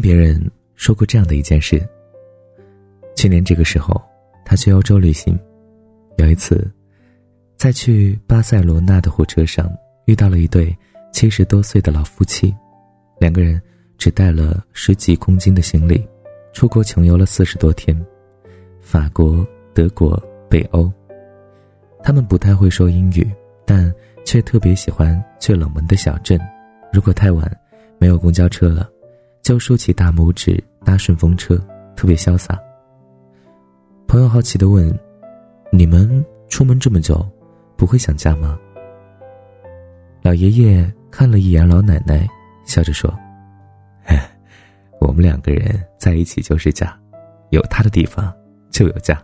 别人说过这样的一件事。去年这个时候，他去欧洲旅行，有一次在去巴塞罗那的火车上遇到了一对70多岁的老夫妻，两个人只带了10几公斤的行李，出国穷游了40多天，法国、德国、北欧。他们不太会说英语，但却特别喜欢去冷门的小镇，如果太晚没有公交车了，就竖起大拇指搭顺风车，特别潇洒。朋友好奇地问，你们出门这么久，不会想家吗？老爷爷看了一眼老奶奶，笑着说，我们2个人在一起就是家，有他的地方就有家。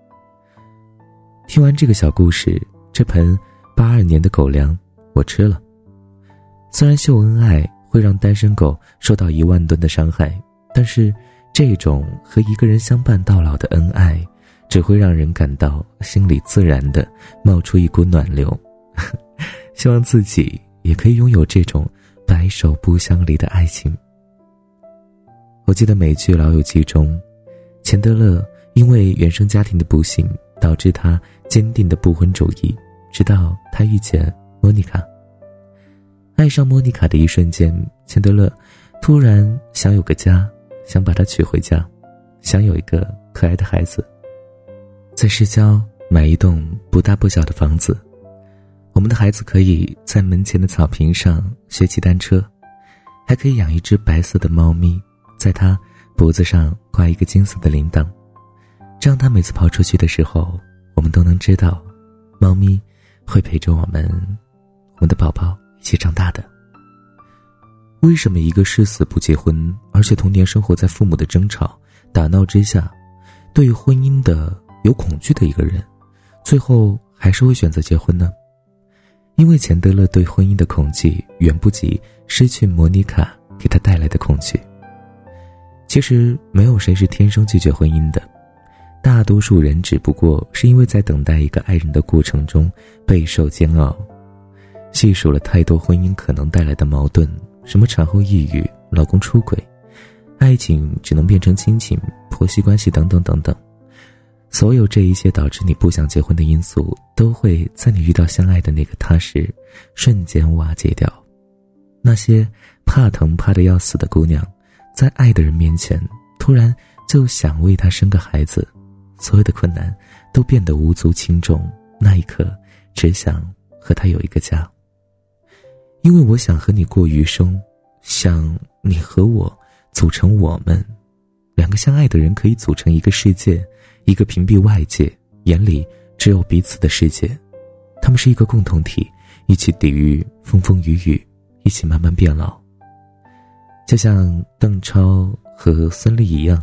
听完这个小故事，这盆82年的狗粮我吃了。虽然秀恩爱会让单身狗受到1万吨的伤害，但是这种和一个人相伴到老的恩爱，只会让人感到心里自然地冒出一股暖流。希望自己也可以拥有这种白首不相离的爱情。我记得美剧《老友记》中，钱德勒因为原生家庭的不幸，导致他坚定的不婚主义，直到他遇见莫妮卡。爱上莫妮卡的一瞬间，钱德勒突然想有个家，想把她娶回家，想有一个可爱的孩子。在市郊买一栋不大不小的房子，我们的孩子可以在门前的草坪上学骑单车，还可以养一只白色的猫咪，在它脖子上挂一个金色的铃铛，这样它每次跑出去的时候，我们都能知道猫咪会陪着我们的宝宝一起长大的。为什么一个誓死不结婚，而且童年生活在父母的争吵打闹之下，对于婚姻的有恐惧的一个人，最后还是会选择结婚呢？因为钱德勒对婚姻的恐惧远不及失去莫妮卡给他带来的恐惧。其实没有谁是天生拒绝婚姻的，大多数人只不过是因为在等待一个爱人的过程中备受煎熬，细数了太多婚姻可能带来的矛盾，什么产后抑郁、老公出轨、爱情只能变成亲情、婆媳关系等等等等。所有这一些导致你不想结婚的因素，都会在你遇到相爱的那个他时瞬间瓦解掉。那些怕疼怕得要死的姑娘，在爱的人面前突然就想为他生个孩子，所有的困难都变得无足轻重，那一刻只想和他有一个家。因为我想和你过余生，想你和我组成我们2个相爱的人，可以组成一个世界，一个屏蔽外界眼里只有彼此的世界。他们是一个共同体，一起抵御风风雨雨，一起慢慢变老。就像邓超和孙俪一样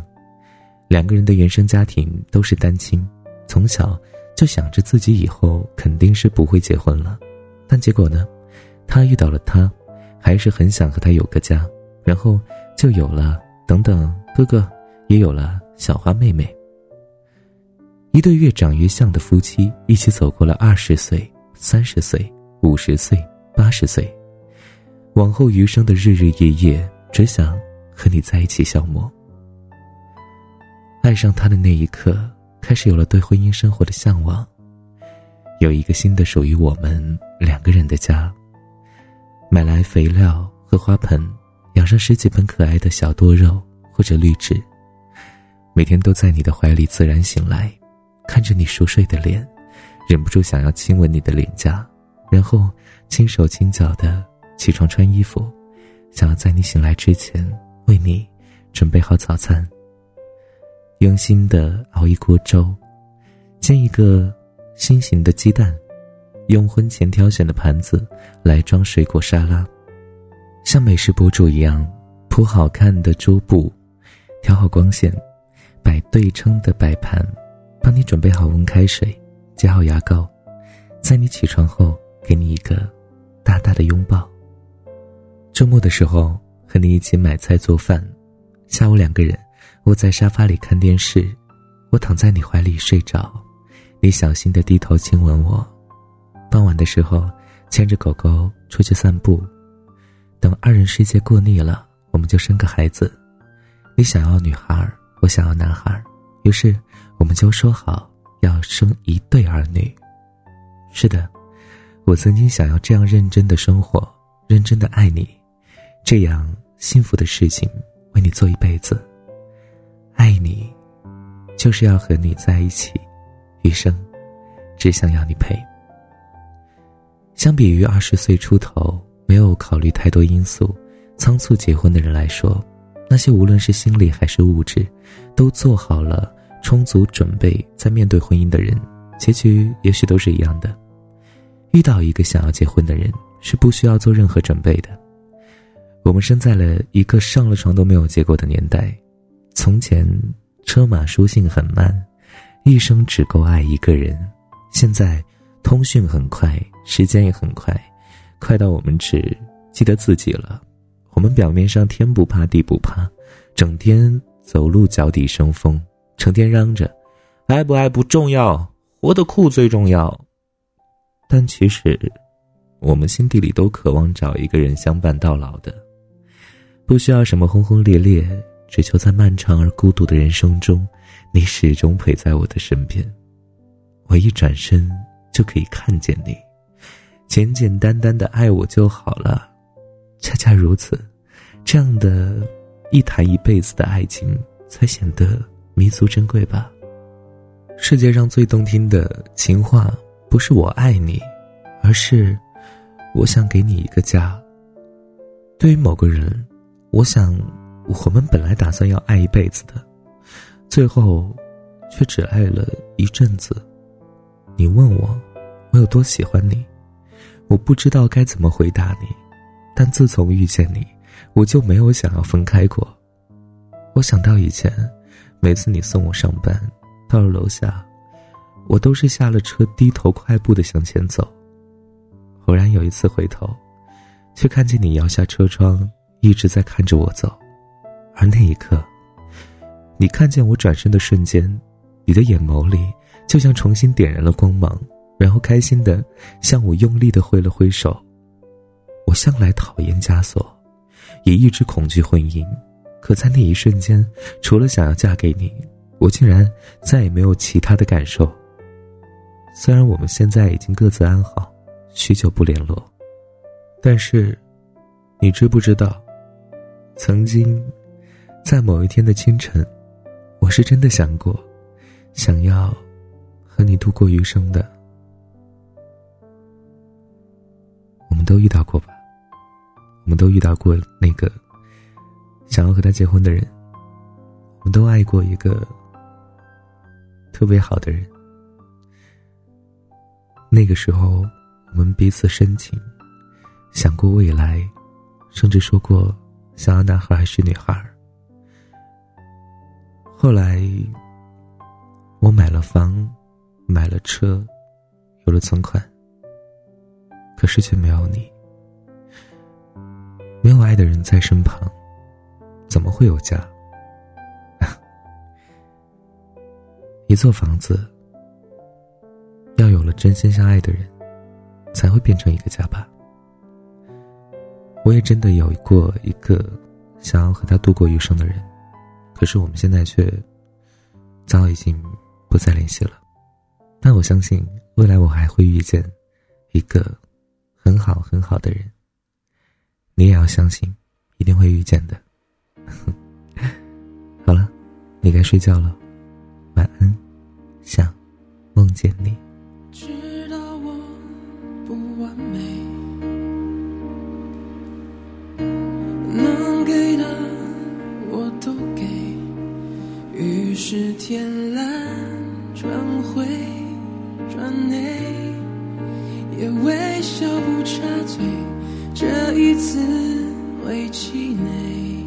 ，2个人的原生家庭都是单亲，从小就想着自己以后肯定是不会结婚了，但结果呢，他遇到了他，还是很想和他有个家，然后就有了等等哥哥，也有了小花妹妹。一对越长越像的夫妻，一起走过了20岁、30岁、50岁、80岁，往后余生的日日夜夜，只想和你在一起消磨。爱上他的那一刻，开始有了对婚姻生活的向往，有一个新的属于我们2个人的家。买来肥料和花盆，养上10几盆可爱的小多肉或者绿植，每天都在你的怀里自然醒来，看着你熟睡的脸，忍不住想要亲吻你的脸颊，然后轻手轻脚地起床穿衣服，想要在你醒来之前为你准备好早餐。用心地熬一锅粥，煎一个心形的鸡蛋，用婚前挑选的盘子来装水果沙拉，像美食博主一样铺好看的桌布，调好光线，摆对称的摆盘，帮你准备好温开水，接好牙膏，在你起床后给你一个大大的拥抱。周末的时候和你一起买菜做饭，下午2个人窝在沙发里看电视，我躺在你怀里睡着，你小心地低头亲吻我。傍晚的时候牵着狗狗出去散步，等2人世界过腻了，我们就生个孩子， 你想要女孩，我想要男孩，于是我们就说好要生一对儿女。是的，我曾经想要这样认真的生活，认真的爱你，这样幸福的事情为你做一辈子。爱你就是要和你在一起，余生只想要你陪。相比于20岁出头没有考虑太多因素仓促结婚的人来说，那些无论是心理还是物质都做好了充足准备在面对婚姻的人，结局也许都是一样的。遇到一个想要结婚的人是不需要做任何准备的。我们生在了一个上了床都没有结果的年代，从前车马书信很慢，一生只够爱一个人。现在通讯很快，时间也很快，快到我们只记得自己了。我们表面上天不怕地不怕，整天走路脚底生风，成天嚷着爱不爱不重要，活得酷最重要。但其实我们心底里都渴望找一个人相伴到老的，不需要什么轰轰烈烈，只求在漫长而孤独的人生中，你始终陪在我的身边。我一转身就可以看见你，简简单单的爱我就好了。恰恰如此，这样的一谈一辈子的爱情才显得弥足珍贵吧。世界上最动听的情话不是我爱你，而是我想给你一个家。对于某个人，我想我们本来打算要爱一辈子的，最后却只爱了一阵子。你问我有多喜欢你，我不知道该怎么回答你，但自从遇见你，我就没有想要分开过。我想到以前每次你送我上班，到了楼下我都是下了车低头快步地向前走，偶然有一次回头，却看见你摇下车窗一直在看着我走。而那一刻，你看见我转身的瞬间，你的眼眸里就像重新点燃了光芒，然后开心地向我用力地挥了挥手。我向来讨厌枷锁，也一直恐惧婚姻，可在那一瞬间，除了想要嫁给你，我竟然再也没有其他的感受。虽然我们现在已经各自安好，许久不联络，但是你知不知道，曾经在某一天的清晨，我是真的想过，想要和你度过余生的。我们都遇到过吧，我们都遇到过那个想要和他结婚的人，我们都爱过一个特别好的人。那个时候我们彼此深情，想过未来，甚至说过想要男孩还是女孩。后来我买了房，买了车，有了存款，可是却没有你。没有爱的人在身旁，怎么会有家？一座房子要有了真心相爱的人，才会变成一个家吧。我也真的有过一个想要和他度过余生的人，可是我们现在却早已经不再联系了。但我相信未来我还会遇见一个很好很好的人，你也要相信一定会遇见的。好了，你该睡觉了，晚安，想梦见你。 知道我不完美，能给的我都给，于是天蓝转灰转内，也微笑不插嘴，这一次为气馁，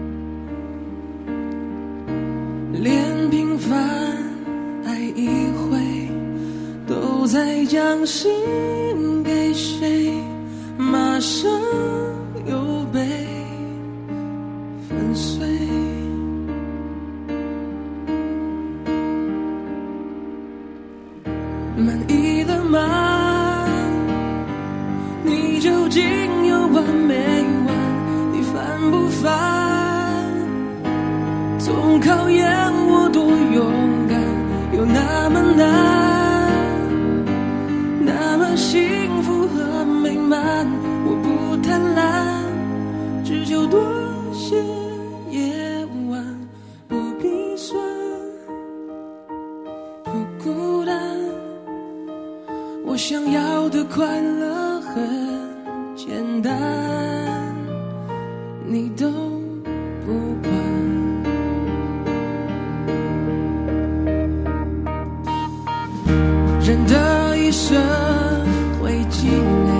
连平凡爱一回都在将心给谁，马上又被粉碎。满意了吗？你究竟有完没完？你烦不烦？ 总考验我多勇敢，又那么难，那么幸福和美满。我不贪婪，只求多些夜晚，不必酸，不孤单。我想要的快乐很简单，你都不管。人的一生会积累，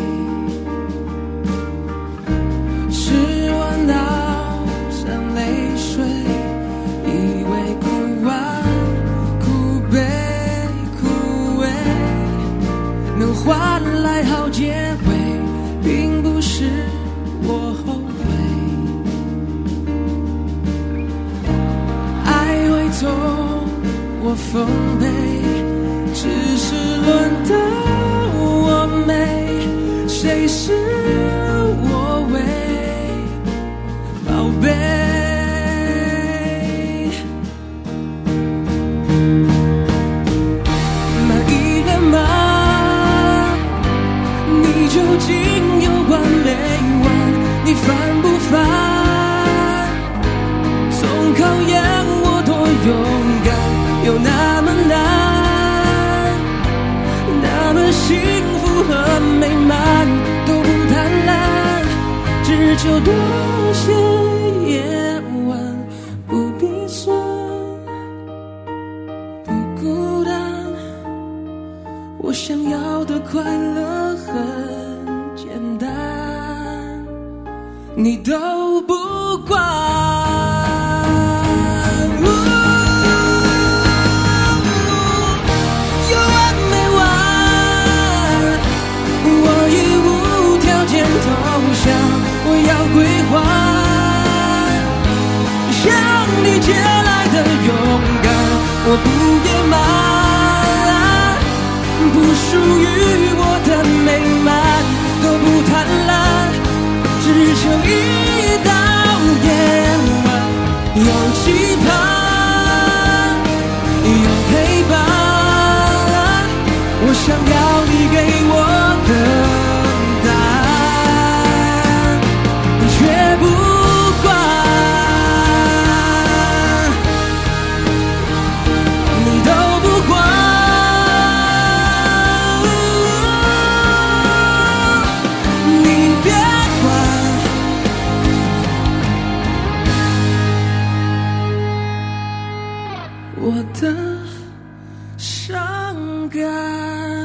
失望到成泪水，以为哭完哭悲枯萎能换来好结尾，并不是我后悔。爱会痛我奉陪，只是轮到我没，谁是我为宝贝？满意了吗？你究竟有完没完？你烦不烦？总考验我多勇敢，有那么难，那么幸福和美满，都不贪婪，只求多些夜晚，不必酸，不孤单。我想要的快乐很简单，你都不管。我要归还，向你借来的勇敢，我不野蛮，不属于我的美满，都不贪婪，只求一道夜晚，有期盼，有陪伴，我想要你给我的不管，你都不管，你别管。我的伤感。